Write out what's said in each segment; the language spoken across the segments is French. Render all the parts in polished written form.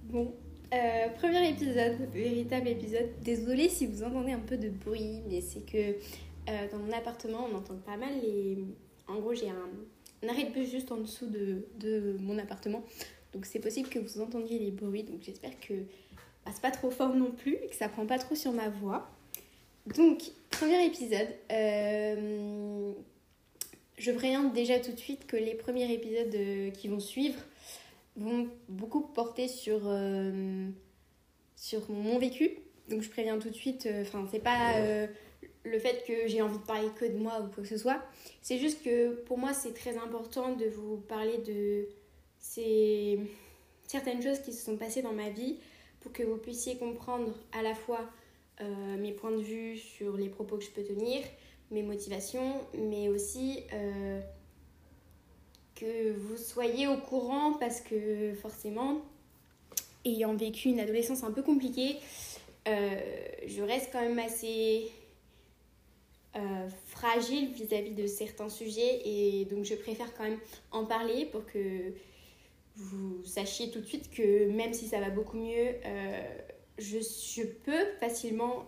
Bon, premier épisode, véritable épisode. Désolée si vous entendez un peu de bruit, mais c'est que dans mon appartement, on entend pas mal les... En gros, j'ai un arrêt de bus juste en dessous de mon appartement. Donc c'est possible que vous entendiez les bruits. Donc j'espère que c'est pas trop fort non plus et que ça prend pas trop sur ma voix. Donc, premier épisode. Je préviens déjà tout de suite que les premiers épisodes qui vont suivre vont beaucoup porter sur mon vécu. Donc je préviens tout de suite, c'est pas le fait que j'ai envie de parler que de moi ou quoi que ce soit. C'est juste que pour moi c'est très important de vous parler de certaines choses qui se sont passées dans ma vie pour que vous puissiez comprendre à la fois mes points de vue sur les propos que je peux tenir, mes motivations, mais aussi que vous soyez au courant parce que forcément, ayant vécu une adolescence un peu compliquée, je reste quand même assez fragile vis-à-vis de certains sujets et donc je préfère quand même en parler pour que vous sachiez tout de suite que même si ça va beaucoup mieux, je peux facilement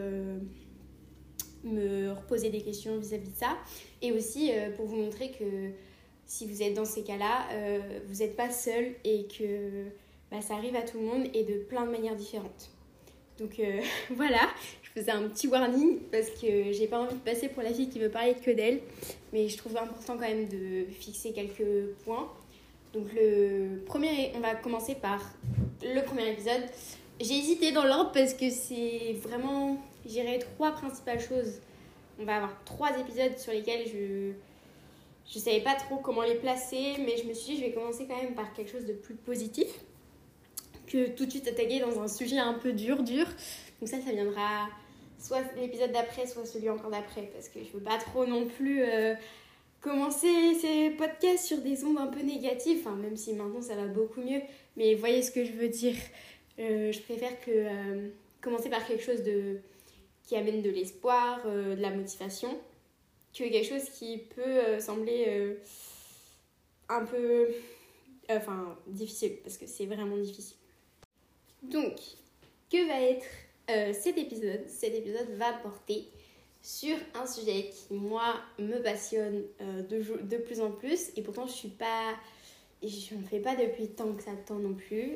me reposer des questions vis-à-vis de ça et aussi pour vous montrer que si vous êtes dans ces cas-là, vous n'êtes pas seul et que ça arrive à tout le monde et de plein de manières différentes. Donc voilà, je faisais un petit warning parce que j'ai pas envie de passer pour la fille qui veut parler que d'elle, mais je trouve important quand même de fixer quelques points. Donc on va commencer par le premier épisode. J'ai hésité dans l'ordre parce que c'est vraiment, je dirais, 3 principales choses. On va avoir 3 épisodes sur lesquels je savais pas trop comment les placer, mais je me suis dit je vais commencer quand même par quelque chose de plus positif que tout de suite attaquer dans un sujet un peu dur. Donc ça viendra soit l'épisode d'après, soit celui encore d'après, parce que je veux pas trop non plus commencer ces podcasts sur des ondes un peu négatives, même si maintenant ça va beaucoup mieux, mais voyez ce que je veux dire. Je préfère commencer par quelque chose qui amène de l'espoir, de la motivation, que quelque chose qui peut sembler un peu difficile, parce que c'est vraiment difficile. Donc, que va être cet épisode ? Cet épisode va porter sur un sujet qui, moi, me passionne de plus en plus, et pourtant je ne fais pas depuis tant que ça temps non plus,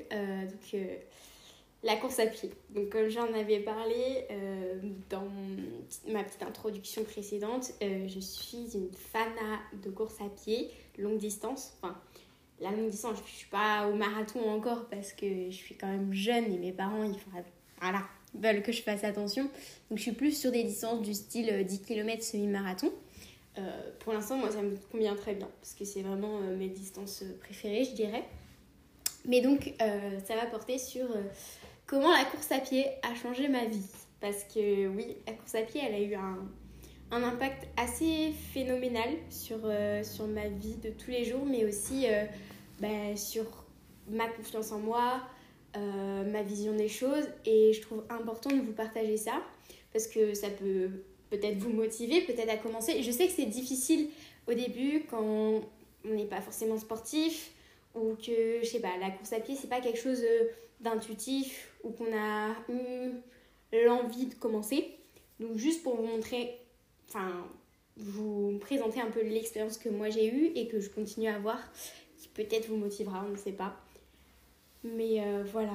la course à pied. Donc comme j'en avais parlé dans ma petite introduction précédente, je suis une fana de course à pied, longue distance. La longue distance, je ne suis pas au marathon encore parce que je suis quand même jeune et mes parents veulent que je fasse attention. Donc je suis plus sur des distances du style 10 km semi-marathon. Pour l'instant, moi ça me convient très bien parce que c'est vraiment mes distances préférées, je dirais. Mais donc ça va porter sur comment la course à pied a changé ma vie. Parce que oui, la course à pied, elle a eu un impact assez phénoménal sur ma vie de tous les jours, mais aussi sur ma confiance en moi, ma vision des choses. Et je trouve important de vous partager ça, parce que ça peut peut-être vous motiver, peut-être à commencer. Je sais que c'est difficile au début quand on n'est pas forcément sportif, ou que, je sais pas, la course à pied, c'est pas quelque chose d'intuitif, ou qu'on a eu l'envie de commencer. Donc juste pour vous montrer, vous présenter un peu l'expérience que moi j'ai eue et que je continue à avoir, qui peut-être vous motivera, on ne sait pas. Mais voilà.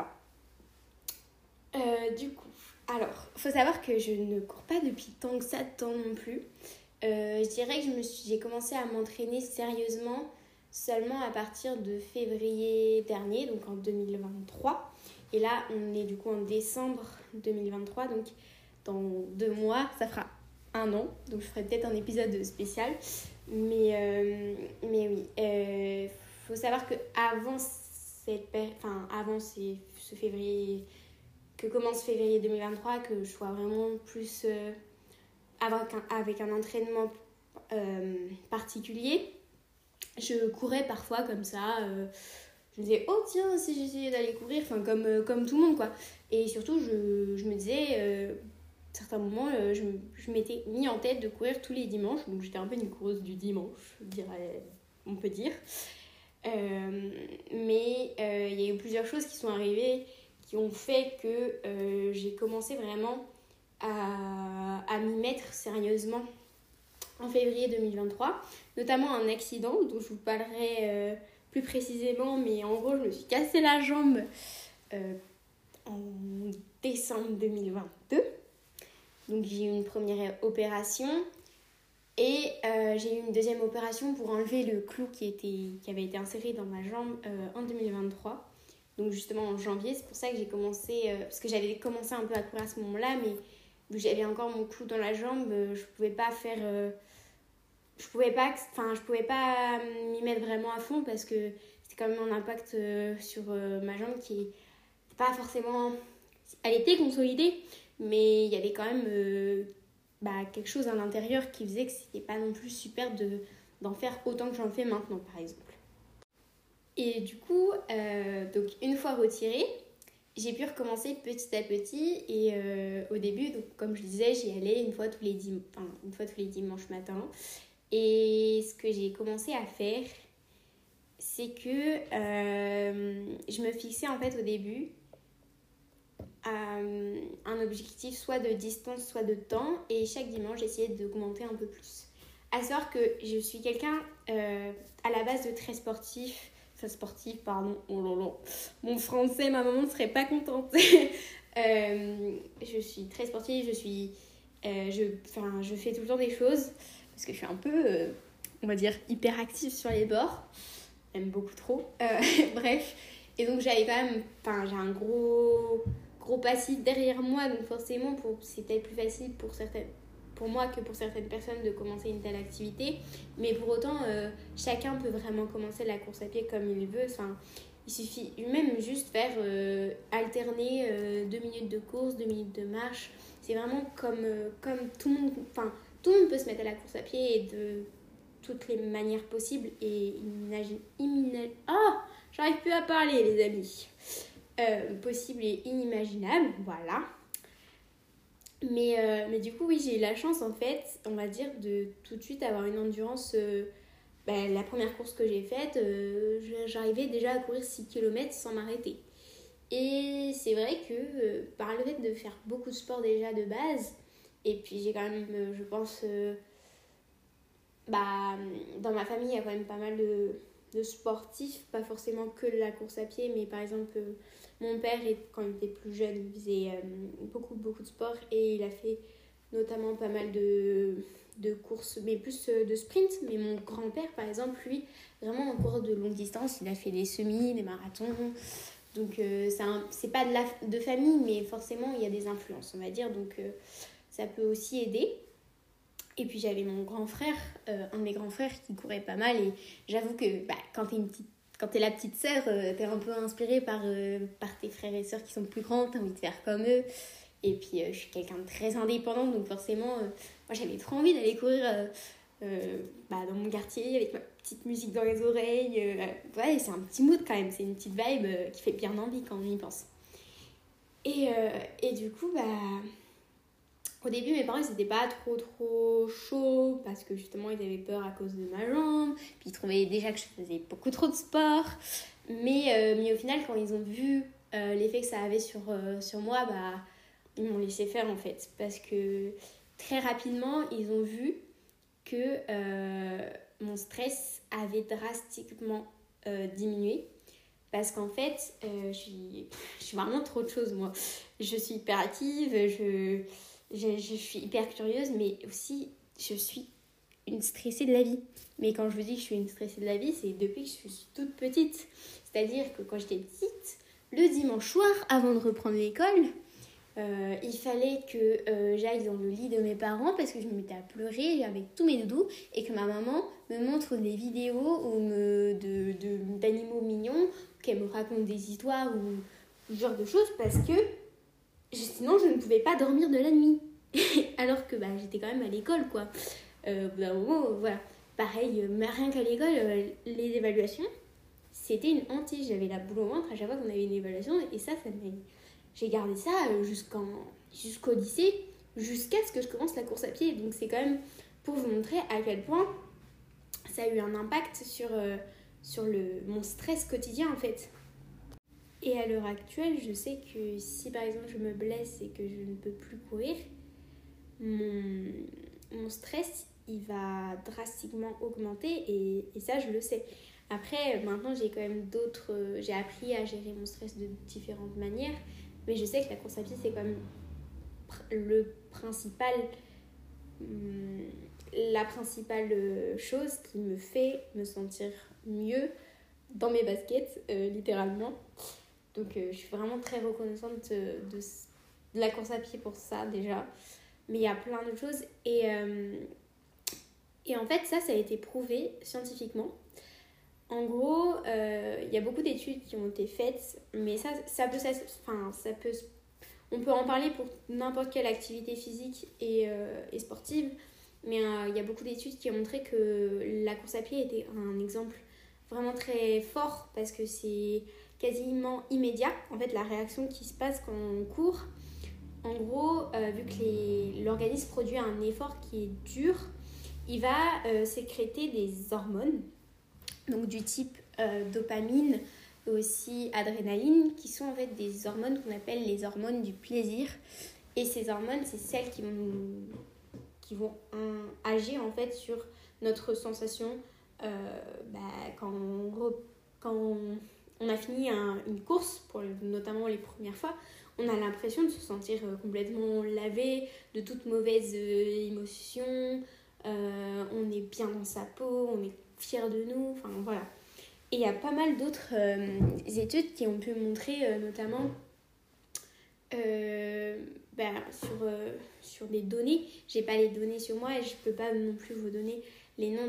Du coup, alors, faut savoir que je ne cours pas depuis tant que ça de temps non plus. Je dirais que j'ai commencé à m'entraîner sérieusement seulement à partir de février dernier, donc en 2023. Et là, on est du coup en décembre 2023, donc dans 2 mois, ça fera 1 an. Donc je ferai peut-être un épisode spécial. Mais oui, faut savoir qu'avant ce février, que commence février 2023, que je sois vraiment plus avec un entraînement particulier, je courais parfois comme ça. Je me disais, oh tiens, si j'essayais d'aller courir, comme tout le monde, quoi. Et surtout, je me disais, à certains moments, je m'étais mis en tête de courir tous les dimanches. Donc j'étais un peu une coureuse du dimanche, on peut dire. Mais il y a eu eu plusieurs choses qui sont arrivées qui ont fait que j'ai commencé vraiment à m'y mettre sérieusement en février 2023, notamment un accident dont je vous parlerai plus précisément, mais en gros, je me suis cassé la jambe en décembre 2022. Donc j'ai eu une première opération et j'ai eu une deuxième opération pour enlever le clou qui avait été inséré dans ma jambe en 2023. Donc justement en janvier, c'est pour ça que j'ai commencé, parce que j'avais commencé un peu à courir à ce moment-là, mais vu que j'avais encore mon clou dans la jambe, je pouvais pas m'y mettre vraiment à fond parce que c'était quand même un impact sur ma jambe qui est pas forcément... Elle était consolidée, mais il y avait quand même quelque chose à l'intérieur qui faisait que c'était pas non plus super d'en faire autant que j'en fais maintenant, par exemple. Et du coup, donc une fois retirée, j'ai pu recommencer petit à petit et au début, donc, comme je disais, j'y allais une fois tous les dimanches matins. Et ce que j'ai commencé à faire, c'est que je me fixais en fait au début un objectif soit de distance, soit de temps. Et chaque dimanche, j'essayais d'augmenter un peu plus. À savoir que je suis quelqu'un à la base de très sportif. Enfin, sportif, pardon. Oh là là. Mon français, ma maman ne serait pas contente. Je suis très sportive, je fais tout le temps des choses parce que je suis un peu, on va dire, hyperactive sur les bords. J'aime beaucoup trop. Bref. Et donc, j'ai un gros passif derrière moi. Donc, forcément, c'est peut-être plus facile pour moi que pour certaines personnes de commencer une telle activité. Mais pour autant, chacun peut vraiment commencer la course à pied comme il veut. Enfin, il suffit même juste faire alterner 2 minutes de course, 2 minutes de marche. C'est vraiment comme tout le monde. Enfin, tout le monde peut se mettre à la course à pied et de toutes les manières possibles et j'arrive plus à parler, les amis. Possible et inimaginable, voilà. Mais du coup, oui, j'ai eu la chance, en fait, on va dire, de tout de suite avoir une endurance. La première course que j'ai faite, j'arrivais déjà à courir 6 km sans m'arrêter. Et c'est vrai que par le fait de faire beaucoup de sport déjà de base, et puis j'ai quand même, je pense, dans ma famille, il y a quand même pas mal de sportifs, pas forcément que la course à pied, mais par exemple, mon père, quand il était plus jeune, il faisait beaucoup de sport et il a fait notamment pas mal de courses, mais plus de sprint. Mais mon grand-père, par exemple, lui, vraiment en course de longue distance, il a fait des semis, des marathons. Donc, c'est pas de famille, mais forcément, il y a des influences, on va dire. Donc, ça peut aussi aider. Et puis, j'avais mon grand frère, un de mes grands frères qui courait pas mal. Et j'avoue que quand t'es la petite sœur, t'es un peu inspirée par tes frères et sœurs qui sont plus grands, t'as envie de faire comme eux. Et puis, je suis quelqu'un de très indépendante, donc forcément, moi, j'avais trop envie d'aller courir dans mon quartier avec ma petite musique dans les oreilles. Ouais, c'est un petit mood quand même, c'est une petite vibe qui fait bien envie quand on y pense. Et du coup, au début, mes parents, ils n'étaient pas trop chauds parce que justement, ils avaient peur à cause de ma jambe. Puis ils trouvaient déjà que je faisais beaucoup trop de sport. Mais au final, quand ils ont vu l'effet que ça avait sur moi, ils m'ont laissé faire en fait. Parce que très rapidement, ils ont vu que mon stress avait drastiquement diminué. Parce qu'en fait, je suis vraiment trop de choses, moi. Je suis hyper active, je suis hyper curieuse, mais aussi, je suis une stressée de la vie. Mais quand je vous dis que je suis une stressée de la vie, c'est depuis que je suis toute petite. C'est-à-dire que quand j'étais petite, le dimanche soir, avant de reprendre l'école, il fallait que j'aille dans le lit de mes parents parce que je me mettais à pleurer avec tous mes doudous et que ma maman me montre des vidéos d'animaux mignons, qu'elle me raconte des histoires ou ce genre de choses parce que sinon je ne pouvais pas dormir de la nuit. Alors que j'étais quand même à l'école, quoi. D'un moment, voilà. Pareil, mais rien qu'à l'école, les évaluations, c'était une hantise. J'avais la boule au ventre à chaque fois qu'on avait une évaluation et j'ai gardé ça jusqu'au lycée, jusqu'à ce que je commence la course à pied. Donc c'est quand même pour vous montrer à quel point ça a eu un impact sur mon stress quotidien en fait. Et à l'heure actuelle, je sais que si par exemple je me blesse et que je ne peux plus courir, mon stress, il va drastiquement augmenter et ça, je le sais. Après, maintenant, j'ai quand même j'ai appris à gérer mon stress de différentes manières, mais je sais que la course à pied, c'est quand même le principal, la principale chose qui me fait me sentir mieux dans mes baskets, littéralement. Donc, je suis vraiment très reconnaissante de la course à pied pour ça, déjà. Mais il y a plein d'autres choses. Et en fait, ça a été prouvé scientifiquement. En gros, il y a beaucoup d'études qui ont été faites, mais on peut en parler pour n'importe quelle activité physique et sportive, mais il y a beaucoup d'études qui ont montré que la course à pied était un exemple vraiment très fort parce que c'est quasiment immédiat, en fait, la réaction qui se passe quand on court. En gros, vu que l'organisme produit un effort qui est dur, il va sécréter des hormones, donc du type dopamine et aussi adrénaline, qui sont en fait des hormones qu'on appelle les hormones du plaisir. Et ces hormones, c'est celles qui vont agir en fait sur notre sensation quand on a fini une course, notamment les premières fois. On a l'impression de se sentir complètement lavé de toute mauvaise émotion. On est bien dans sa peau, on est fier de nous, enfin voilà. Et il y a pas mal d'autres études qui ont pu montrer notamment sur des données. J'ai pas les données sur moi et je peux pas non plus vous donner les noms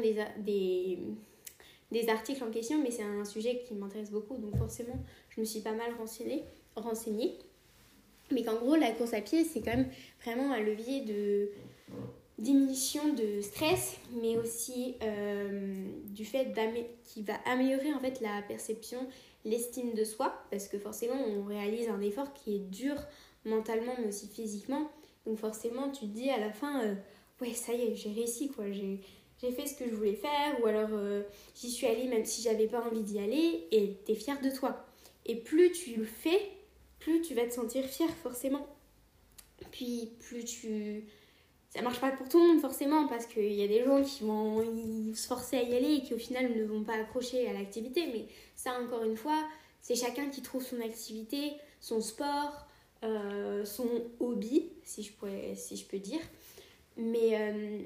des articles en question, mais c'est un sujet qui m'intéresse beaucoup, donc forcément je me suis pas mal renseignée. Mais qu'en gros, la course à pied, c'est quand même vraiment un levier de diminution de stress, mais aussi du fait qui va améliorer en fait la perception, l'estime de soi, parce que forcément, on réalise un effort qui est dur mentalement, mais aussi physiquement. Donc forcément, tu te dis à la fin, ouais, ça y est, j'ai réussi, quoi. J'ai fait ce que je voulais faire, ou alors j'y suis allée même si j'avais pas envie d'y aller, et t'es fière de toi. Et plus tu le fais, plus tu vas te sentir fière, forcément. Puis ça marche pas pour tout le monde, forcément, parce qu'il y a des gens qui vont se forcer à y aller et qui au final ne vont pas accrocher à l'activité. Mais ça, encore une fois, c'est chacun qui trouve son activité, son sport, son hobby, si je peux dire. Mais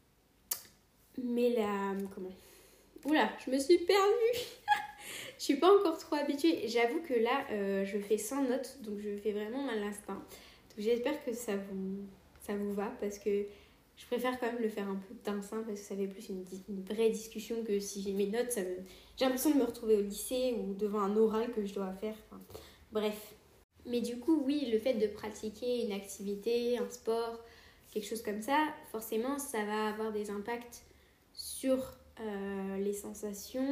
comment... Oula, je me suis perdue. Je suis pas encore trop habituée. J'avoue que là, je fais sans notes, donc je fais vraiment à l'instinct. Donc j'espère que ça vous va, parce que je préfère quand même le faire un peu d'instinct, parce que ça fait plus une vraie discussion que si j'ai mes notes. J'ai l'impression de me retrouver au lycée ou devant un oral que je dois faire. Enfin, bref. Mais du coup, oui, le fait de pratiquer une activité, un sport, quelque chose comme ça, forcément, ça va avoir des impacts sur les sensations,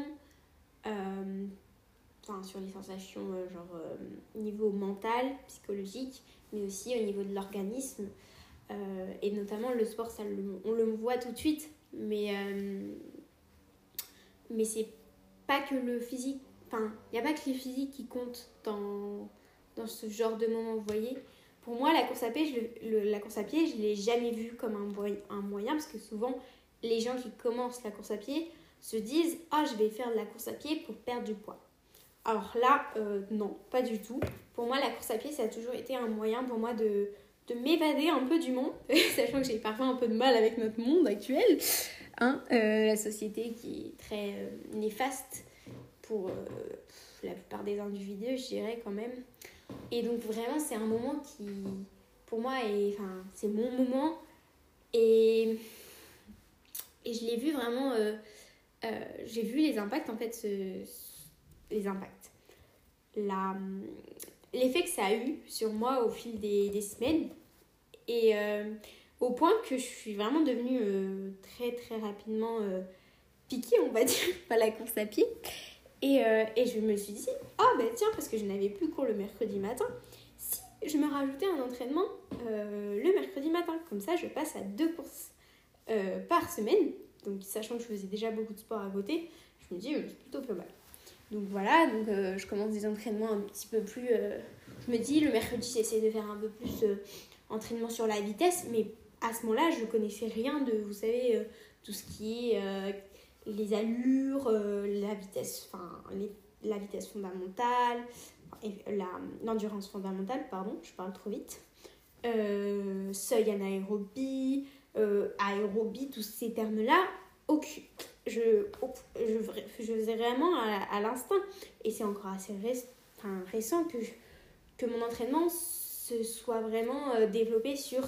sur les sensations niveau mental, psychologique, mais aussi au niveau de l'organisme. Et notamment le sport, on le voit tout de suite, mais c'est pas que le physique, il n'y a pas que le physique qui compte dans ce genre de moment, vous voyez. Pour moi, la course à pied, je l'ai jamais vue comme un moyen, parce que souvent, les gens qui commencent la course à pied se disent « Ah, je vais faire de la course à pied pour perdre du poids ». Alors là, non, pas du tout. Pour moi, la course à pied, ça a toujours été un moyen pour moi de m'évader un peu du monde, sachant que j'ai parfois un peu de mal avec notre monde actuel, la société qui est très néfaste pour la plupart des individus, je dirais quand même. Et donc vraiment, c'est un moment qui, pour moi, c'est mon moment. Et je l'ai vu vraiment, j'ai vu les impacts en fait, les impacts. L'effet que ça a eu sur moi au fil des semaines, et au point que je suis vraiment devenue très très rapidement piquée, on va dire, par la course à pied. Et je me suis dit, tiens, parce que je n'avais plus cours le mercredi matin, si je me rajoutais un entraînement le mercredi matin, comme ça je passe à 2 courses par semaine. Donc sachant que je faisais déjà beaucoup de sport à côté, je me dis c'est plutôt pas mal. Donc voilà, je commence des entraînements un petit peu plus... je me dis, le mercredi, j'essaie de faire un peu plus entraînement sur la vitesse, mais à ce moment-là, je connaissais rien de, vous savez, tout ce qui est les allures, la vitesse, la vitesse fondamentale, l'endurance fondamentale, pardon, je parle trop vite, seuil anaérobie, aérobie, tous ces termes-là, je faisais vraiment à l'instinct. Et c'est encore assez récent que mon entraînement se soit vraiment développé sur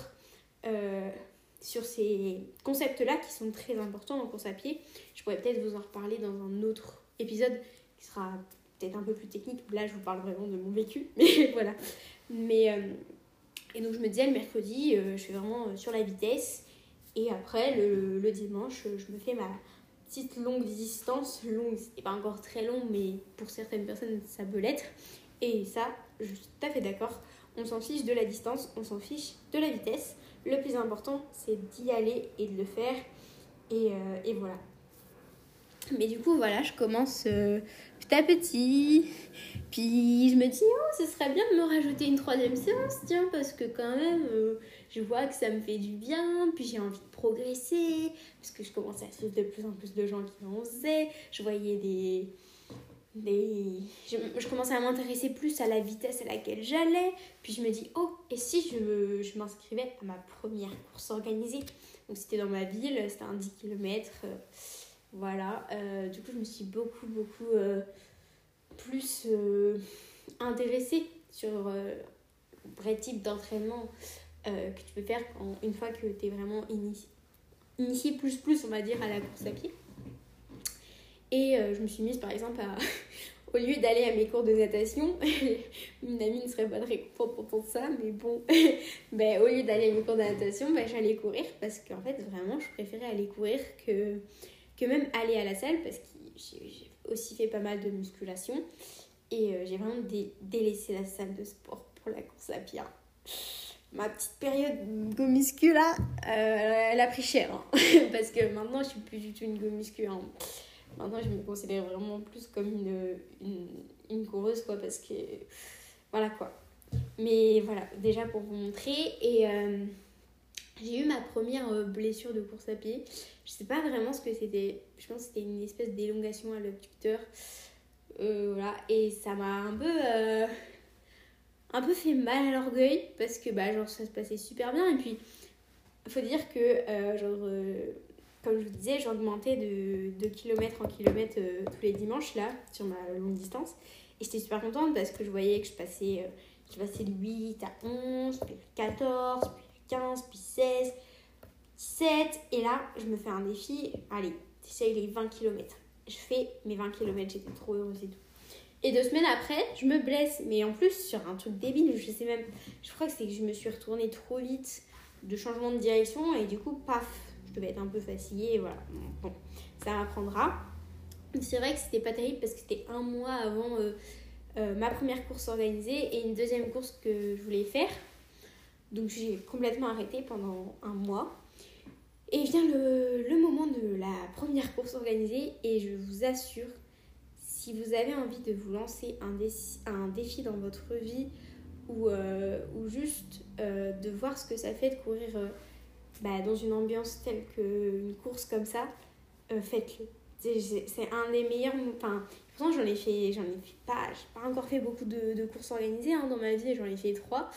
ces concepts-là qui sont très importants en course à pied. Je pourrais peut-être vous en reparler dans un autre épisode qui sera peut-être un peu plus technique. Là, je vous parle vraiment de mon vécu. Mais voilà. Et donc, je me disais, le mercredi, je suis vraiment sur la vitesse. Et après, le dimanche, je me fais ma petite longue distance. Longue, c'était pas encore très long, mais pour certaines personnes, ça peut l'être. Et ça, je suis tout à fait d'accord. On s'en fiche de la distance, on s'en fiche de la vitesse. Le plus important, c'est d'y aller et de le faire. Et voilà. Mais du coup, voilà, je commence petit à petit. Puis je me dis, ce serait bien de me rajouter une 3e séance, tiens, parce que quand même, je vois que ça me fait du bien. Puis j'ai envie de progresser, parce que je commençais à suivre de plus en plus de gens qui en faisaient. Je voyais je commençais à m'intéresser plus à la vitesse à laquelle j'allais. Puis je me dis, et si je m'inscrivais à ma première course organisée. Donc c'était dans ma ville, c'était un 10 km. Voilà, du coup je me suis beaucoup plus intéressée sur vrai type d'entraînement que tu peux faire une fois que tu es vraiment initié plus, on va dire, à la course à pied. Et je me suis mise par exemple au lieu d'aller à mes cours de natation, une amie ne serait pas très contente pour ça, mais bon, au lieu d'aller à mes cours de natation, j'allais courir parce qu'en fait vraiment je préférais aller courir que même aller à la salle parce que j'ai aussi fait pas mal de musculation et j'ai vraiment délaissé la salle de sport pour la course à pied. Ma petite période go-muscu là, elle a pris cher parce que maintenant je suis plus du tout une go-muscu. Maintenant je me considère vraiment plus comme une coureuse quoi, parce que voilà quoi. Mais voilà, déjà pour vous montrer. Et j'ai eu ma première blessure de course à pied. Je sais pas vraiment ce que c'était. Je pense que c'était une espèce d'élongation à l'abducteur. Voilà. Et ça m'a un peu fait mal à l'orgueil. Parce que ça se passait super bien. Et puis, il faut dire que, comme je vous disais, j'augmentais de kilomètre en kilomètre tous les dimanches là, sur ma longue distance. Et j'étais super contente parce que je voyais que je passais de 8 à 11, puis 14, puis 15, puis 16, 17. Et là, je me fais un défi. Allez, j'essaye les 20 km. Je fais mes 20 km, j'étais trop heureuse et tout. Et 2 semaines après, je me blesse. Mais en plus, sur un truc débile, je crois que c'est que je me suis retournée trop vite de changement de direction. Et du coup, paf, je devais être un peu fatiguée. Et voilà, bon, ça m'apprendra. C'est vrai que c'était pas terrible parce que c'était un mois avant ma première course organisée et une deuxième course que je voulais faire. Donc j'ai complètement arrêté pendant un mois. Et vient le moment de la première course organisée et je vous assure, si vous avez envie de vous lancer un défi dans votre vie ou juste de voir ce que ça fait de courir dans une ambiance telle qu'une course comme ça, faites-le. C'est un des meilleurs... pourtant j'en ai pas... J'ai pas encore fait beaucoup de courses organisées dans ma vie, j'en ai fait 3.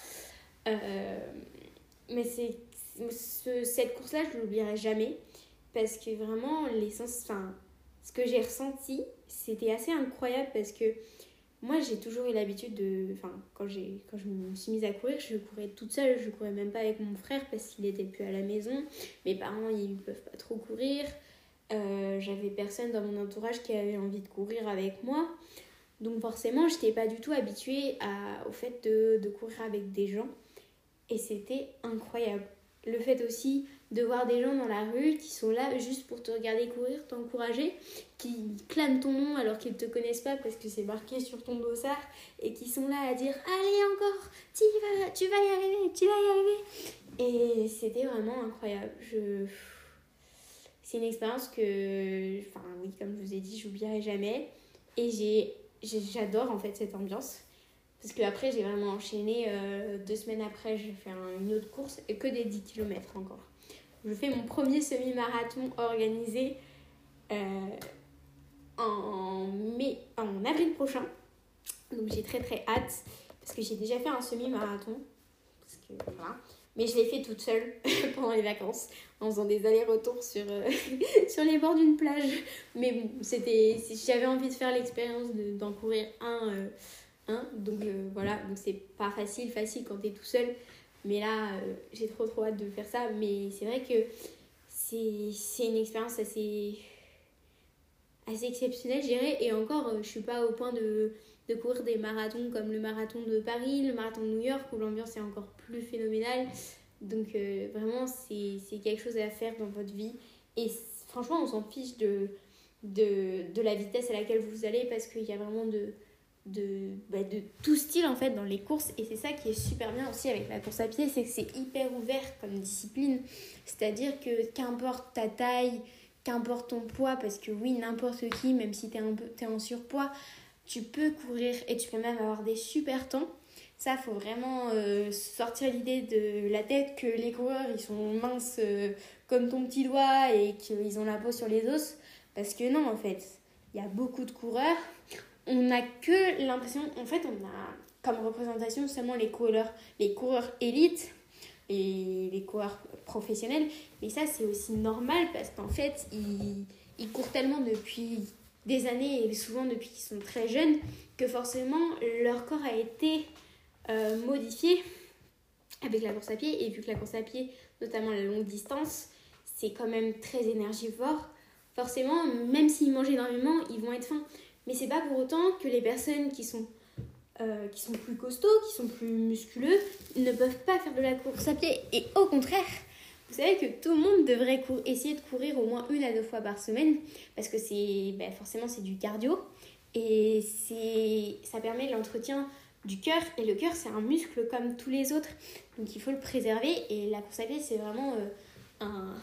Mais cette course-là, je ne l'oublierai jamais parce que vraiment, ce que j'ai ressenti, c'était assez incroyable parce que moi, j'ai toujours eu l'habitude de... quand je me suis mise à courir, je courais toute seule, je courais même pas avec mon frère parce qu'il n'était plus à la maison. Mes parents, ils ne peuvent pas trop courir. J'avais personne dans mon entourage qui avait envie de courir avec moi. Donc forcément, je n'étais pas du tout habituée au fait de courir avec des gens. Et c'était incroyable. Le fait aussi de voir des gens dans la rue qui sont là juste pour te regarder courir, t'encourager, qui clament ton nom alors qu'ils ne te connaissent pas parce que c'est marqué sur ton dossard et qui sont là à dire « Allez encore, tu vas y arriver !» Et c'était vraiment incroyable. C'est une expérience que, oui, comme je vous ai dit, j'oublierai jamais. Et j'adore en fait cette ambiance. Parce qu'après, j'ai vraiment enchaîné. 2 semaines après, j'ai fait une autre course et que des 10 km encore. Je fais mon premier semi-marathon organisé en avril prochain. Donc j'ai très très hâte. Parce que j'ai déjà fait un semi-marathon. Voilà. Mais je l'ai fait toute seule pendant les vacances. En faisant des allers-retours sur les bords d'une plage. Mais bon, j'avais envie de faire l'expérience d'en courir un. Donc voilà, donc c'est pas facile quand t'es tout seul, mais là j'ai trop hâte de faire ça. Mais c'est vrai que c'est une expérience assez exceptionnelle, je dirais. Et encore, je suis pas au point de courir des marathons comme le marathon de Paris, le marathon de New York, où l'ambiance est encore plus phénoménale. Donc vraiment c'est quelque chose à faire dans votre vie. Et franchement, on s'en fiche de la vitesse à laquelle vous allez, parce qu'il y a vraiment de tout style en fait dans les courses. Et c'est ça qui est super bien aussi avec la course à pied, c'est que c'est hyper ouvert comme discipline. C'est-à-dire que qu'importe ta taille, qu'importe ton poids, parce que oui, n'importe qui, même si t'es en surpoids, tu peux courir et tu peux même avoir des super temps. Ça, faut vraiment sortir l'idée de la tête que les coureurs ils sont minces comme ton petit doigt et qu'ils ont la peau sur les os, parce que non, en fait il y a beaucoup de coureurs. On n'a que l'impression, en fait, on a comme représentation seulement les coureurs élites et les coureurs professionnels. Mais ça, c'est aussi normal parce qu'en fait, ils courent tellement depuis des années et souvent depuis qu'ils sont très jeunes que forcément, leur corps a été modifié avec la course à pied. Et vu que la course à pied, notamment la longue distance, c'est quand même très énergivore, forcément, même s'ils mangent énormément, ils vont être fins. Mais c'est pas pour autant que les personnes qui sont plus costauds, qui sont plus musculeux, ne peuvent pas faire de la course à pied. Et au contraire, vous savez que tout le monde devrait essayer de courir au moins 1 à 2 fois par semaine, parce que forcément c'est du cardio et ça permet l'entretien du cœur. Et le cœur, c'est un muscle comme tous les autres, donc il faut le préserver. Et la course à pied, c'est vraiment un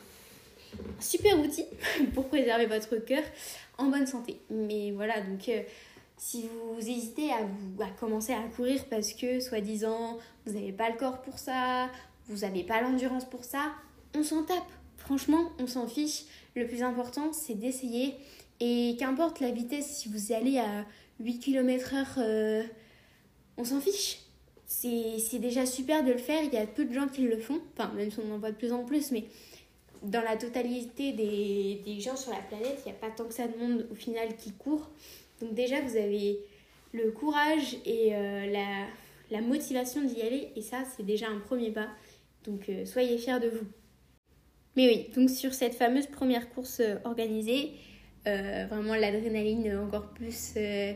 super outil pour préserver votre cœur en bonne santé. Mais voilà, donc si vous hésitez à commencer à courir parce que soi-disant vous n'avez pas le corps pour ça, vous n'avez pas l'endurance pour ça, on s'en tape. Franchement, on s'en fiche. Le plus important, c'est d'essayer. Et qu'importe la vitesse, si vous y allez à 8 km/h, on s'en fiche. C'est déjà super de le faire. Il y a peu de gens qui le font. Enfin, même si on en voit de plus en plus, mais dans la totalité des gens sur la planète, il n'y a pas tant que ça de monde au final qui court. Donc déjà, vous avez le courage et la motivation d'y aller. Et ça, c'est déjà un premier pas. Donc soyez fiers de vous. Mais oui, donc sur cette fameuse première course organisée, vraiment l'adrénaline encore plus...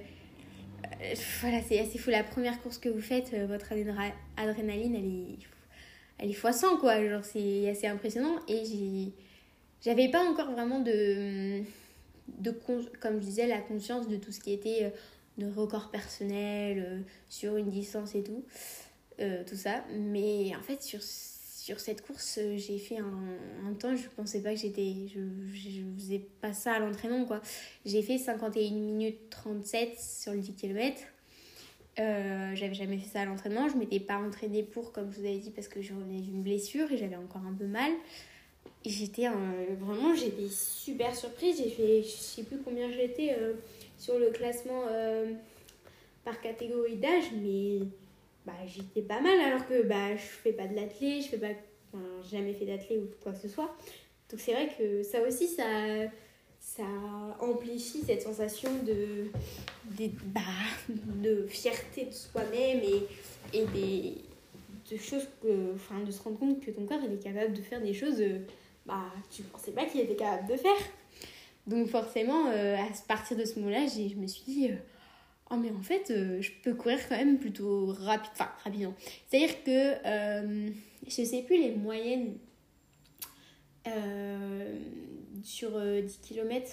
voilà, c'est assez fou. La première course que vous faites, votre adrénaline, elle est fois 100, quoi. Genre, c'est assez impressionnant. Et j'avais pas encore vraiment comme je disais, la conscience de tout ce qui était de record personnel sur une distance et tout ça. Mais en fait, sur cette course, j'ai fait un temps, je pensais pas que je faisais pas ça à l'entraînement, quoi. J'ai fait 51 minutes 37 sur le 10 km. J'avais jamais fait ça à l'entraînement. Je m'étais pas entraînée comme je vous avais dit, parce que je revenais d'une blessure et j'avais encore un peu mal. Et j'étais super surprise. J'ai fait, je sais plus combien j'étais sur le classement par catégorie d'âge, mais j'étais pas mal, alors que je fais pas de l'athlé, j'ai jamais fait d'athlé ou quoi que ce soit. Donc c'est vrai que ça aussi, ça amplifie cette sensation de fierté de soi-même et de choses de se rendre compte que ton corps il est capable de faire des choses tu pensais pas qu'il était capable de faire. Donc forcément, à partir de ce moment-là, je me suis dit oh mais en fait je peux courir quand même plutôt rapidement. C'est-à-dire que je sais plus les moyennes sur 10 km.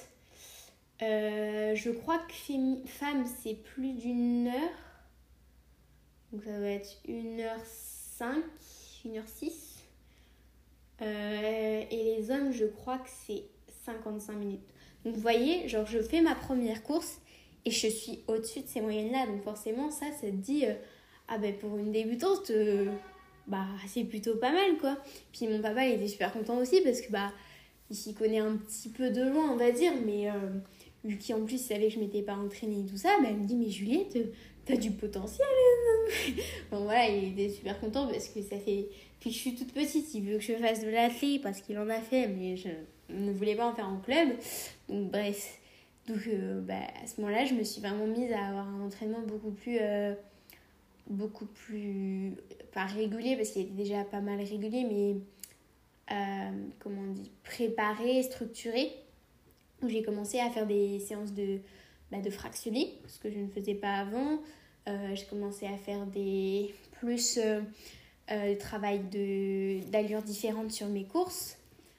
Je crois que femme c'est plus d'1 heure. Donc ça va être 1h05, 1h06. Et les hommes, je crois que c'est 55 minutes. Donc vous voyez, genre je fais ma première course et je suis au-dessus de ces moyennes-là. Donc forcément, ça te dit, ah ben pour une débutante, bah c'est plutôt pas mal, quoi. Puis mon papa, il était super content aussi parce que bah il s'y connaît un petit peu de loin, on va dire, mais vu qu'en plus il savait que je m'étais pas entraînée et tout ça, bah, il me dit, mais Juliette, t'as du potentiel. Bon voilà, il était super content parce que ça fait depuis que je suis toute petite, il veut que je fasse de l'athlé parce qu'il en a fait, mais je ne voulais pas en faire en club. Donc bref, donc à ce moment-là, je me suis vraiment mise à avoir un entraînement beaucoup plus pas régulier parce qu'il était déjà pas mal régulier, mais comment on dit, préparé, structuré, où j'ai commencé à faire des séances de fractionné, ce que je ne faisais pas avant. J'ai commencé à faire des travail d'allures différentes sur mes courses.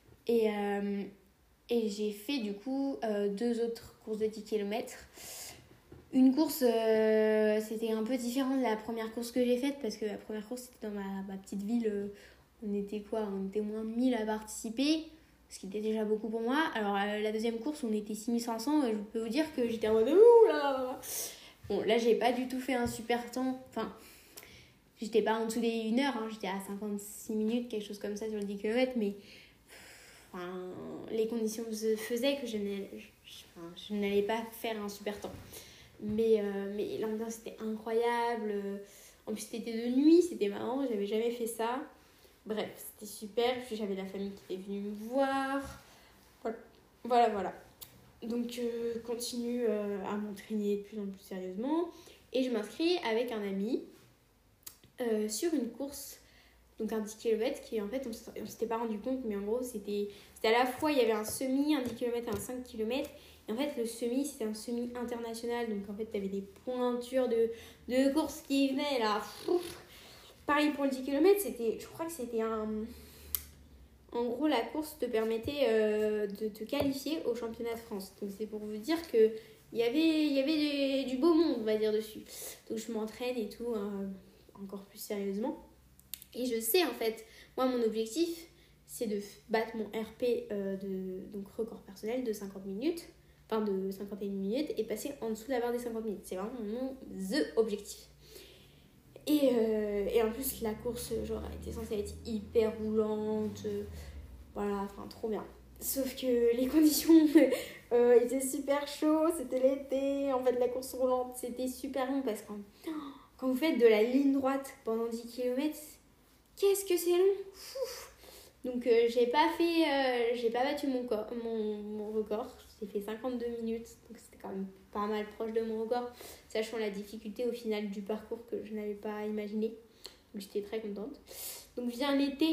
Et j'ai fait du coup 2 autres courses de 10 km. Une course, c'était un peu différent de la première course que j'ai faite parce que la première course, c'était dans ma petite ville. On était moins de 1000 à participer, ce qui était déjà beaucoup pour moi. Alors la deuxième course, on était 6500 et je peux vous dire que j'étais en mode ouh là. Bon, là, j'ai pas du tout fait un super temps. Enfin, j'étais pas en dessous des 1 heure, hein. J'étais à 56 minutes, quelque chose comme ça sur le 10 km, mais les conditions faisaient que je n'allais pas faire un super temps. Mais l'ambiance était incroyable. En plus, c'était de nuit, c'était marrant, j'avais jamais fait ça. Bref, c'était super. Puis j'avais la famille qui était venue me voir. Voilà. Donc, je continue à m'entraîner de plus en plus sérieusement. Et je m'inscris avec un ami sur une course, donc un 10 km qui, en fait, on s'était pas rendu compte, mais en gros, c'était à la fois, il y avait un semi, un 10 km et un 5 km. Et en fait, le semi, c'était un semi international. Donc, en fait, tu avais des pointures de courses qui venaient là. Pareil pour le 10 km, je crois que c'était un... En gros, la course te permettait de te qualifier au championnat de France. Donc, c'est pour vous dire qu'il y avait du beau monde, on va dire, dessus. Donc, je m'entraîne et tout, encore plus sérieusement. Et je sais, en fait, moi, mon objectif, c'est de battre mon RP, donc record personnel, de 50 minutes. Enfin, de 51 minutes et passer en dessous de la barre des 50 minutes. C'est vraiment mon objectif. Et en plus, la course, genre, elle était censée être hyper roulante. Voilà, enfin, trop bien. Sauf que les conditions étaient super chaudes, c'était l'été. En fait, la course roulante, c'était super long parce que quand vous faites de la ligne droite pendant 10 km, qu'est-ce que c'est long. Donc, j'ai pas battu mon record. J'ai fait 52 minutes, donc c'était quand même pas mal proche de mon record, sachant la difficulté au final du parcours que je n'avais pas imaginé. Donc j'étais très contente. Donc vient l'été,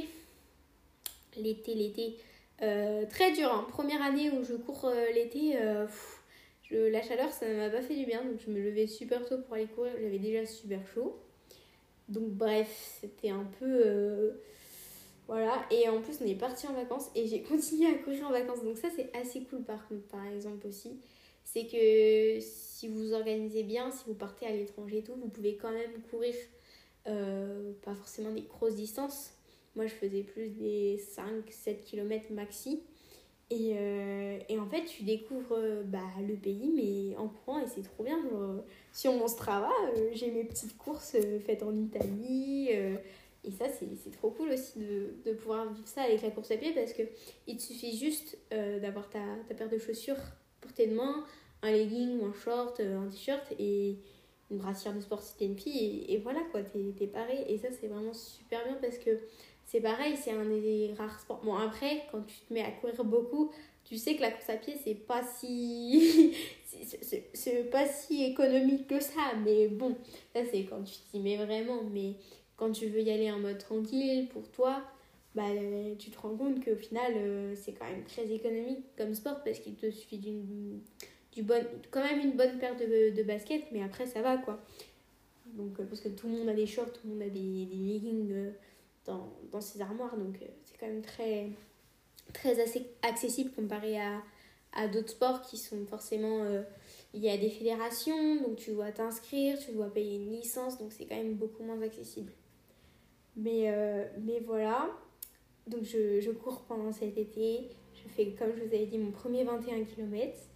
très dur, hein. Première année où je cours l'été, la chaleur ça ne m'a pas fait du bien, donc je me levais super tôt pour aller courir, j'avais déjà super chaud. Donc bref, c'était un peu... Voilà, et en plus on est parti en vacances et j'ai continué à courir en vacances. Donc ça c'est assez cool par exemple aussi. C'est que si vous vous organisez bien, si vous partez à l'étranger et tout, vous pouvez quand même courir pas forcément des grosses distances. Moi je faisais plus des 5-7 km maxi. Et en fait tu découvres le pays mais en courant et c'est trop bien. Genre, sur mon Strava, j'ai mes petites courses faites en Italie. Et ça, c'est trop cool aussi de pouvoir vivre ça avec la course à pied parce qu'il te suffit juste d'avoir ta paire de chaussures pour tes mains, un legging ou un short, un t-shirt et une brassière de sport si t'es une fille. Et voilà quoi, t'es paré. Et ça, c'est vraiment super bien parce que c'est pareil, c'est un des rares sports. Bon, après, quand tu te mets à courir beaucoup, tu sais que la course à pied, c'est pas si... c'est pas si économique que ça. Mais bon, ça, c'est quand tu t'y mets vraiment. Mais... Quand tu veux y aller en mode tranquille pour toi, tu te rends compte qu'au final, c'est quand même très économique comme sport parce qu'il te suffit quand même une bonne paire de baskets, mais après ça va quoi. Donc, parce que tout le monde a des shorts, tout le monde a des leggings dans ses armoires, donc c'est quand même très, très assez accessible comparé à d'autres sports qui sont forcément... il y a des fédérations, donc tu dois t'inscrire, tu dois payer une licence, donc c'est quand même beaucoup moins accessible. Mais voilà, donc je cours pendant cet été, je fais comme je vous avais dit mon premier 21 km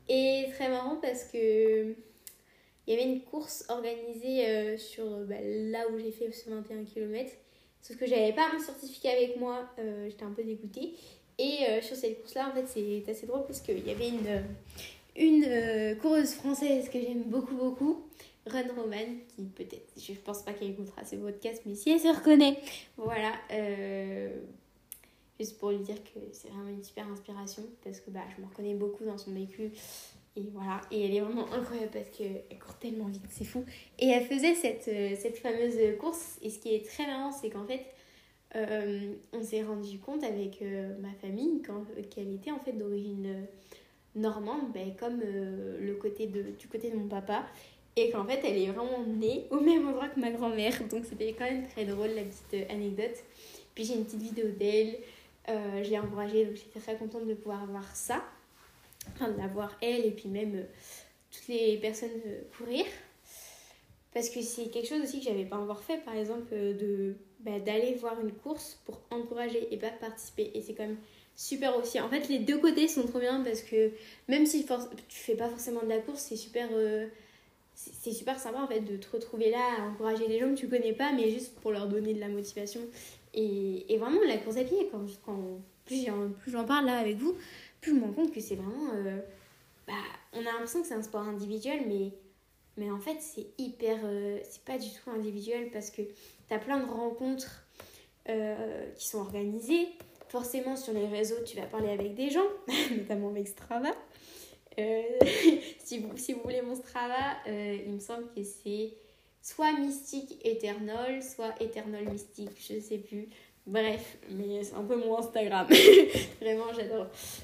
Et très marrant parce que il y avait une course organisée sur là où j'ai fait ce 21 km. Sauf que j'avais pas mon certificat avec moi, j'étais un peu dégoûtée. Et sur cette course-là, en fait, c'est assez drôle parce qu'il y avait une coureuse française que j'aime beaucoup, beaucoup, Run Roman, qui peut-être, je pense pas qu'elle écoutera ce podcast, mais si elle se reconnaît, voilà. Juste pour lui dire que c'est vraiment une super inspiration parce que je me reconnais beaucoup dans son vécu. Et voilà, et elle est vraiment incroyable parce qu'elle court tellement vite, c'est fou. Et elle faisait cette fameuse course. Et ce qui est très marrant, c'est qu'en fait, on s'est rendu compte avec ma famille qu'elle était en fait d'origine normande, comme du côté de mon papa. Et qu'en fait, elle est vraiment née au même endroit que ma grand-mère. Donc c'était quand même très drôle, la petite anecdote. Puis j'ai une petite vidéo d'elle. Je l'ai encouragée, donc j'étais très contente de pouvoir voir ça. Enfin, de la voir elle et puis même toutes les personnes courir. Parce que c'est quelque chose aussi que j'avais pas encore fait, par exemple, d'aller voir une course pour encourager et pas participer. Et c'est quand même super aussi. En fait, les deux côtés sont trop bien parce que même si tu fais pas forcément de la course, c'est super sympa en fait de te retrouver là à encourager les gens que tu connais pas, mais juste pour leur donner de la motivation. Et vraiment, la course à pied, plus j'en parle là avec vous, plus je me rends compte que c'est vraiment... on a l'impression que c'est un sport individuel, mais en fait, c'est c'est pas du tout individuel parce que t'as plein de rencontres qui sont organisées. Forcément, sur les réseaux, tu vas parler avec des gens, notamment avec Strava. Si vous voulez mon Strava, il me semble que c'est soit Mystique Eternal, soit Eternal Mystique, je sais plus. Bref, mais c'est un peu mon Instagram. Vraiment, j'adore.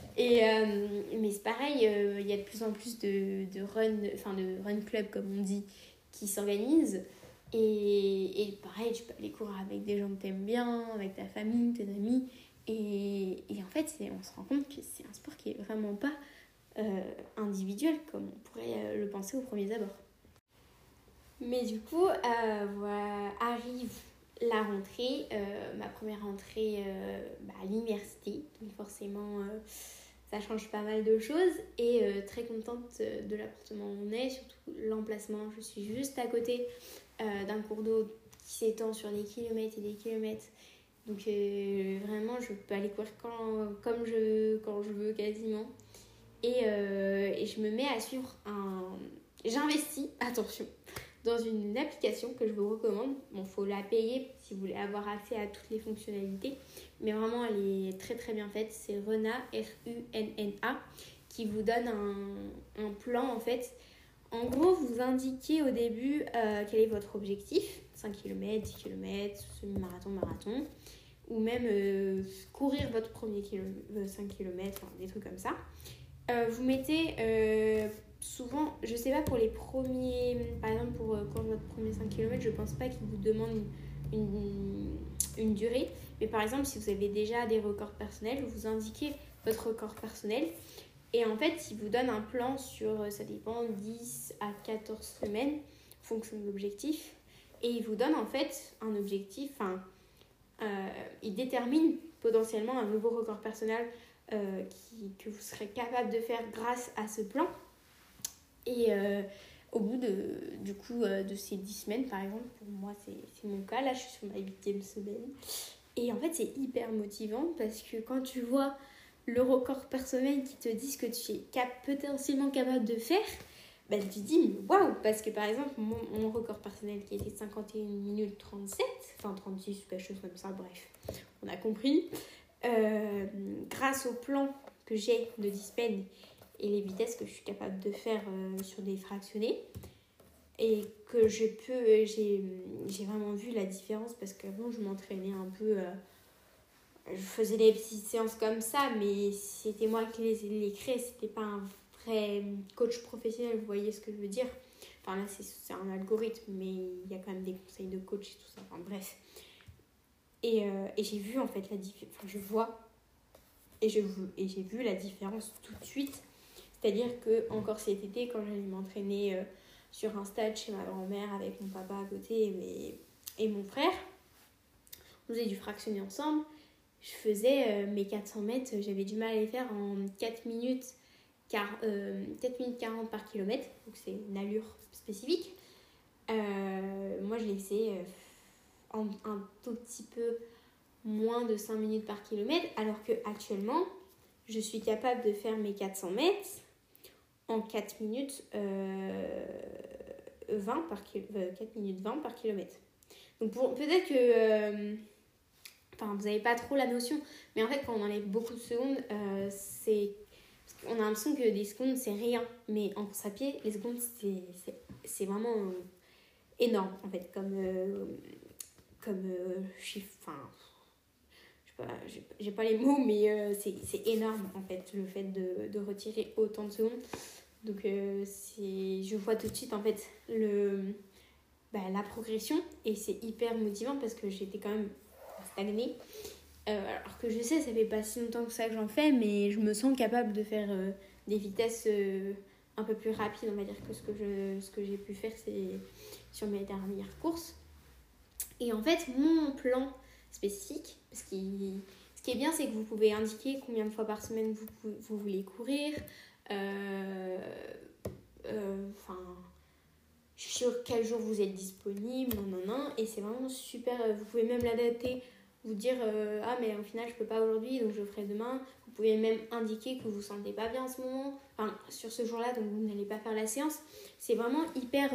Mais c'est pareil, il y a de plus en plus de run club, comme on dit, qui s'organisent. Et pareil, tu peux aller courir avec des gens que t'aimes bien, avec ta famille, tes amis. Et en fait, on se rend compte que c'est un sport qui est vraiment pas individuel, comme on pourrait le penser au premier abord. Mais du coup, arrive la rentrée, ma première rentrée à l'université. Donc forcément, ça change pas mal de choses. Et très contente de l'appartement où on est, surtout l'emplacement. Je suis juste à côté d'un cours d'eau qui s'étend sur des kilomètres et des kilomètres. Donc vraiment, je peux aller courir quand je veux quasiment. Et je me mets à suivre J'investis, attention, dans une application que je vous recommande. Bon, faut la payer si vous voulez avoir accès à toutes les fonctionnalités. Mais vraiment, elle est très très bien faite. C'est Runna, Runna, qui vous donne un plan en fait. En gros, vous indiquez au début quel est votre objectif. 5 km, 10 km, semi-marathon, marathon. Ou même courir votre premier 5 km, des trucs comme ça. Vous mettez souvent, je sais pas pour les premiers, par exemple pour courir votre premier 5 km, je pense pas qu'ils vous demandent une durée. Mais par exemple, si vous avez déjà des records personnels, vous indiquez votre record personnel. Et en fait, il vous donne un plan sur, ça dépend, 10 à 14 semaines, en fonction de l'objectif. Et il vous donne en fait un objectif, il détermine potentiellement un nouveau record personnel que vous serez capable de faire grâce à ce plan. Et au bout de ces 10 semaines, par exemple, pour moi c'est mon cas, là je suis sur ma 8e semaine. Et en fait c'est hyper motivant parce que quand tu vois le record personnel qui te dit ce que tu es potentiellement capable de faire, tu te dis waouh, parce que par exemple mon record personnel qui était 51 minutes 37, enfin 36 ou quelque chose comme ça, bref, on a compris. Grâce au plan que j'ai de 10 semaines et les vitesses que je suis capable de faire sur des fractionnés, et que j'ai vraiment vu la différence parce qu'avant je m'entraînais un peu, je faisais des petites séances comme ça, mais c'était moi qui les créais, c'était pas un vrai coach professionnel, vous voyez ce que je veux dire. Enfin là c'est un algorithme, mais il y a quand même des conseils de coach et tout ça, enfin bref. Et j'ai vu en fait la différence, je vois et j'ai vu la différence tout de suite. C'est-à-dire que encore cet été, quand j'allais m'entraîner sur un stade chez ma grand-mère avec mon papa à côté et mon frère, on faisait du fractionné ensemble. Je faisais mes 400 mètres, j'avais du mal à les faire en 4 minutes 4 minutes 40 par kilomètre, donc c'est une allure spécifique. Moi je l'ai fait un tout petit peu moins de 5 minutes par kilomètre, alors que actuellement je suis capable de faire mes 400 mètres en 4 minutes 4 minutes 20 par kilomètre. Donc peut-être que vous n'avez pas trop la notion, mais en fait quand on enlève beaucoup de secondes, on a l'impression que des secondes c'est rien, mais en course à pied les secondes c'est vraiment énorme en fait comme chiffre. Enfin, je sais pas, j'ai pas les mots, mais c'est énorme en fait le fait de retirer autant de secondes. Donc je vois tout de suite en fait la progression, et c'est hyper motivant parce que j'étais quand même stagnée. Alors que je sais, ça fait pas si longtemps que ça que j'en fais, mais je me sens capable de faire des vitesses un peu plus rapides, on va dire, que ce que j'ai pu faire sur mes dernières courses. Et en fait, mon plan spécifique, ce qui est bien, c'est que vous pouvez indiquer combien de fois par semaine vous voulez courir, sur quel jour vous êtes disponible, et c'est vraiment super. Vous pouvez même l'adapter, vous dire mais au final je peux pas aujourd'hui, donc je le ferai demain. Vous pouvez même indiquer que vous vous sentez pas bien en ce moment, sur ce jour-là, donc vous n'allez pas faire la séance. C'est vraiment hyper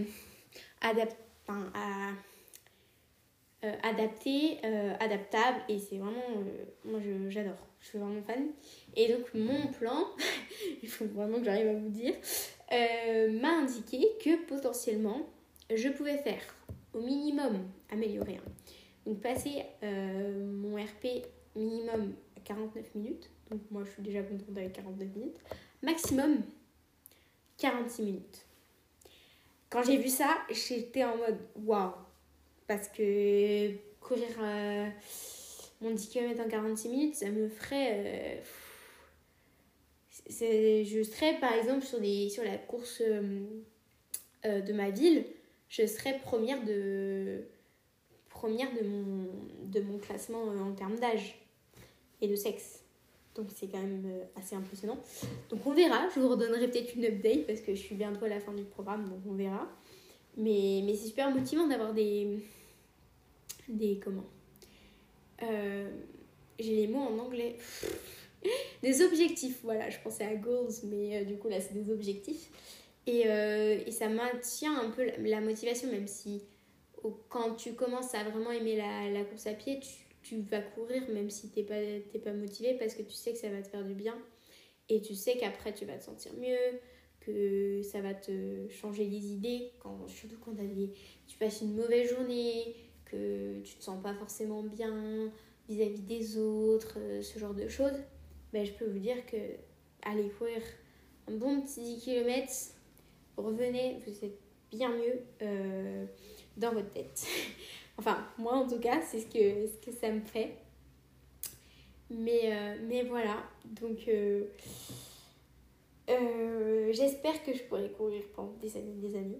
adaptable, et c'est vraiment moi j'adore, je suis vraiment fan. Et donc mon plan il faut vraiment que j'arrive à vous dire, m'a indiqué que potentiellement je pouvais faire au minimum, améliorer, donc passer mon RP minimum à 49 minutes, donc moi je suis déjà contente avec 49 minutes, maximum 46 minutes. Quand j'ai vu ça, j'étais en mode waouh, parce que courir mon 10 km en 46 minutes, ça me ferait... je serais par exemple sur la course de ma ville, je serais première de mon classement en termes d'âge et de sexe. Donc c'est quand même assez impressionnant. Donc on verra, je vous redonnerai peut-être une update parce que je suis bientôt à la fin du programme, donc on verra. Mais c'est super motivant d'avoir des comment j'ai les mots en anglais. Des objectifs, voilà, je pensais à goals, mais du coup là c'est des objectifs. Et ça maintient un peu la motivation, même si quand tu commences à vraiment aimer la course à pied, tu vas courir même si t'es pas motivé, parce que tu sais que ça va te faire du bien. Et tu sais qu'après tu vas te sentir mieux, que ça va te changer les idées, surtout quand tu passes une mauvaise journée, que tu te sens pas forcément bien vis-à-vis des autres, ce genre de choses. Je peux vous dire que aller courir un bon petit 10 km, revenez, vous êtes bien mieux dans votre tête. Enfin, moi en tout cas, c'est ce que ça me fait. Mais voilà, donc j'espère que je pourrai courir pendant des années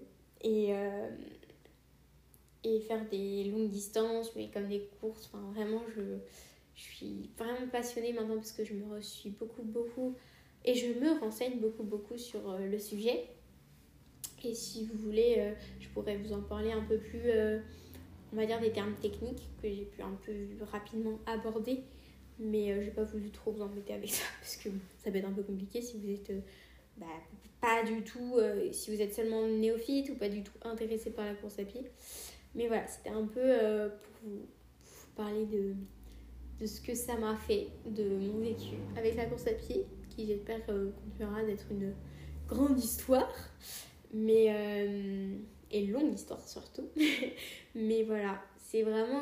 et faire des longues distances, mais comme des courses. Enfin, vraiment, je suis vraiment passionnée maintenant parce que je me suis beaucoup et je me renseigne beaucoup sur le sujet. Et si vous voulez, je pourrais vous en parler un peu plus, on va dire des termes techniques que j'ai pu un peu rapidement aborder. Mais j'ai pas voulu trop vous embêter avec ça parce que ça peut être un peu compliqué si vous êtes pas du tout, si vous êtes seulement néophyte ou pas du tout intéressé par la course à pied. Mais voilà, c'était un peu pour vous parler de ce que ça m'a fait, de mon vécu avec la course à pied, qui j'espère continuera d'être une grande histoire, mais et longue histoire surtout. Mais voilà, c'est vraiment...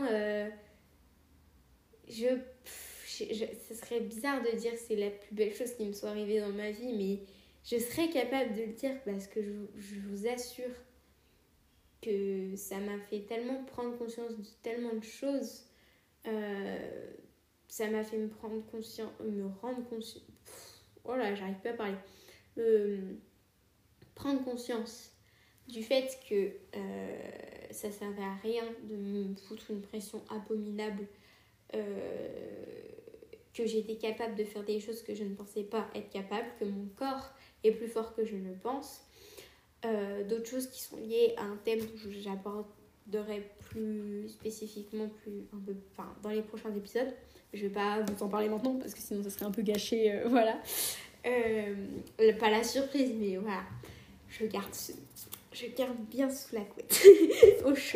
ce serait bizarre de dire que c'est la plus belle chose qui me soit arrivée dans ma vie, mais je serais capable de le dire parce que je vous assure que ça m'a fait tellement prendre conscience de tellement de choses. Ça m'a fait me rendre conscience... Oh là, j'arrive pas à parler. Prendre conscience du fait que ça servait à rien de me foutre une pression abominable que j'étais capable de faire des choses que je ne pensais pas être capable, que mon corps est plus fort que je ne pense. D'autres choses qui sont liées à un thème que j'aborderai plus spécifiquement dans les prochains épisodes. Je vais pas vous en parler maintenant parce que sinon ça serait un peu gâché, voilà. Pas la surprise, mais voilà. Je garde bien sous la couette, au chaud.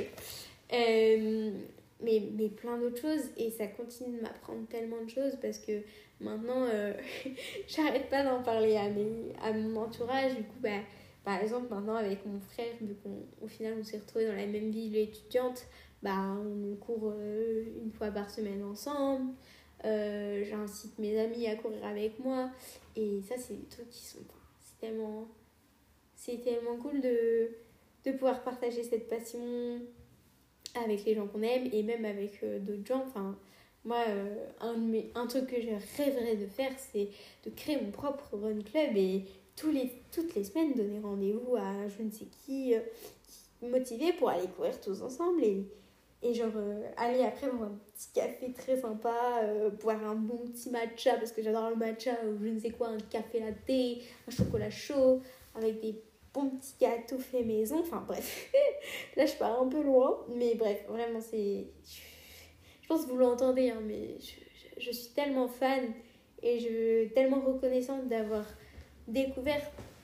Mais plein d'autres choses, et ça continue de m'apprendre tellement de choses parce que maintenant, j'arrête pas d'en parler à mon entourage. Du coup, par exemple, maintenant avec mon frère, vu qu'au final on s'est retrouvés dans la même ville étudiante, on court une fois par semaine ensemble. J'incite mes amis à courir avec moi, et ça c'est des trucs qui sont c'est tellement cool de pouvoir partager cette passion avec les gens qu'on aime et même avec d'autres gens. Enfin, moi, un truc que je rêverais de faire, c'est de créer mon propre run club et toutes les semaines donner rendez-vous à je ne sais qui motivé pour aller courir tous ensemble et genre aller après dans un petit café très sympa, boire un bon petit matcha parce que j'adore le matcha ou je ne sais quoi, un café latte, un chocolat chaud avec des bons petits gâteaux faits maison. Enfin bref, là je pars un peu loin, mais bref, vraiment je pense que vous l'entendez, hein, mais je suis tellement fan et je suis tellement reconnaissante d'avoir découvert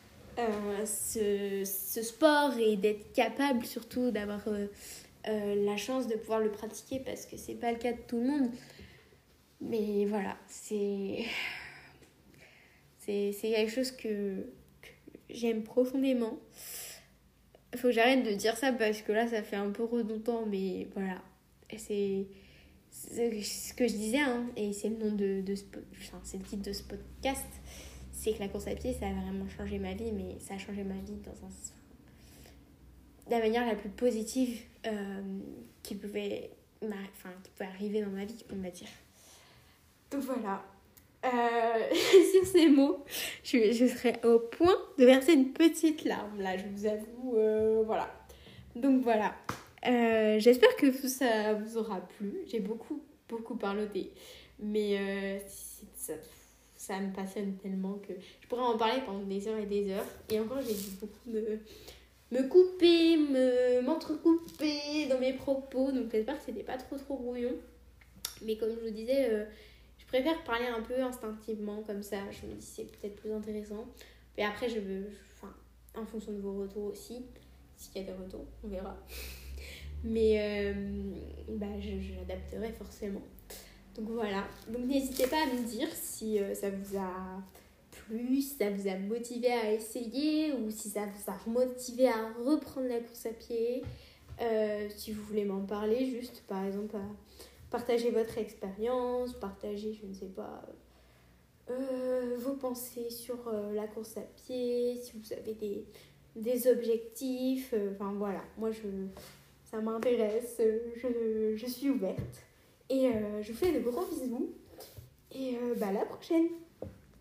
ce sport et d'être capable surtout d'avoir la chance de pouvoir le pratiquer parce que c'est pas le cas de tout le monde. Mais voilà, c'est quelque chose que j'aime profondément. Il faut que j'arrête de dire ça parce que là ça fait un peu redondant, mais voilà, c'est ce que je disais, hein, et c'est le nom c'est le titre de ce podcast, c'est que la course à pied ça a vraiment changé ma vie, mais ça a changé ma vie de la manière la plus positive qui pouvait arriver dans ma vie, on va dire. Donc voilà, sur ces mots, je serais au point de verser une petite larme, là, je vous avoue, voilà. Donc voilà, j'espère que ça vous aura plu. J'ai beaucoup parlé, mais ça me passionne tellement que je pourrais en parler pendant des heures et des heures. Et encore, j'ai dû beaucoup me couper, m'entrecouper dans mes propos, donc j'espère que c'était pas trop brouillon. Mais comme je vous disais, je préfère parler un peu instinctivement comme ça, je me dis c'est peut-être plus intéressant. Et après en fonction de vos retours aussi, s'il y a des retours, on verra. Mais j'adapterai forcément. Donc voilà, donc n'hésitez pas à me dire si ça vous a plu, si ça vous a motivé à essayer ou si ça vous a motivé à reprendre la course à pied. Si vous voulez m'en parler, juste par exemple partager votre expérience, partager, je ne sais pas, vos pensées sur la course à pied, si vous avez des objectifs, voilà, moi ça m'intéresse, je suis ouverte et je vous fais de gros bisous et à la prochaine.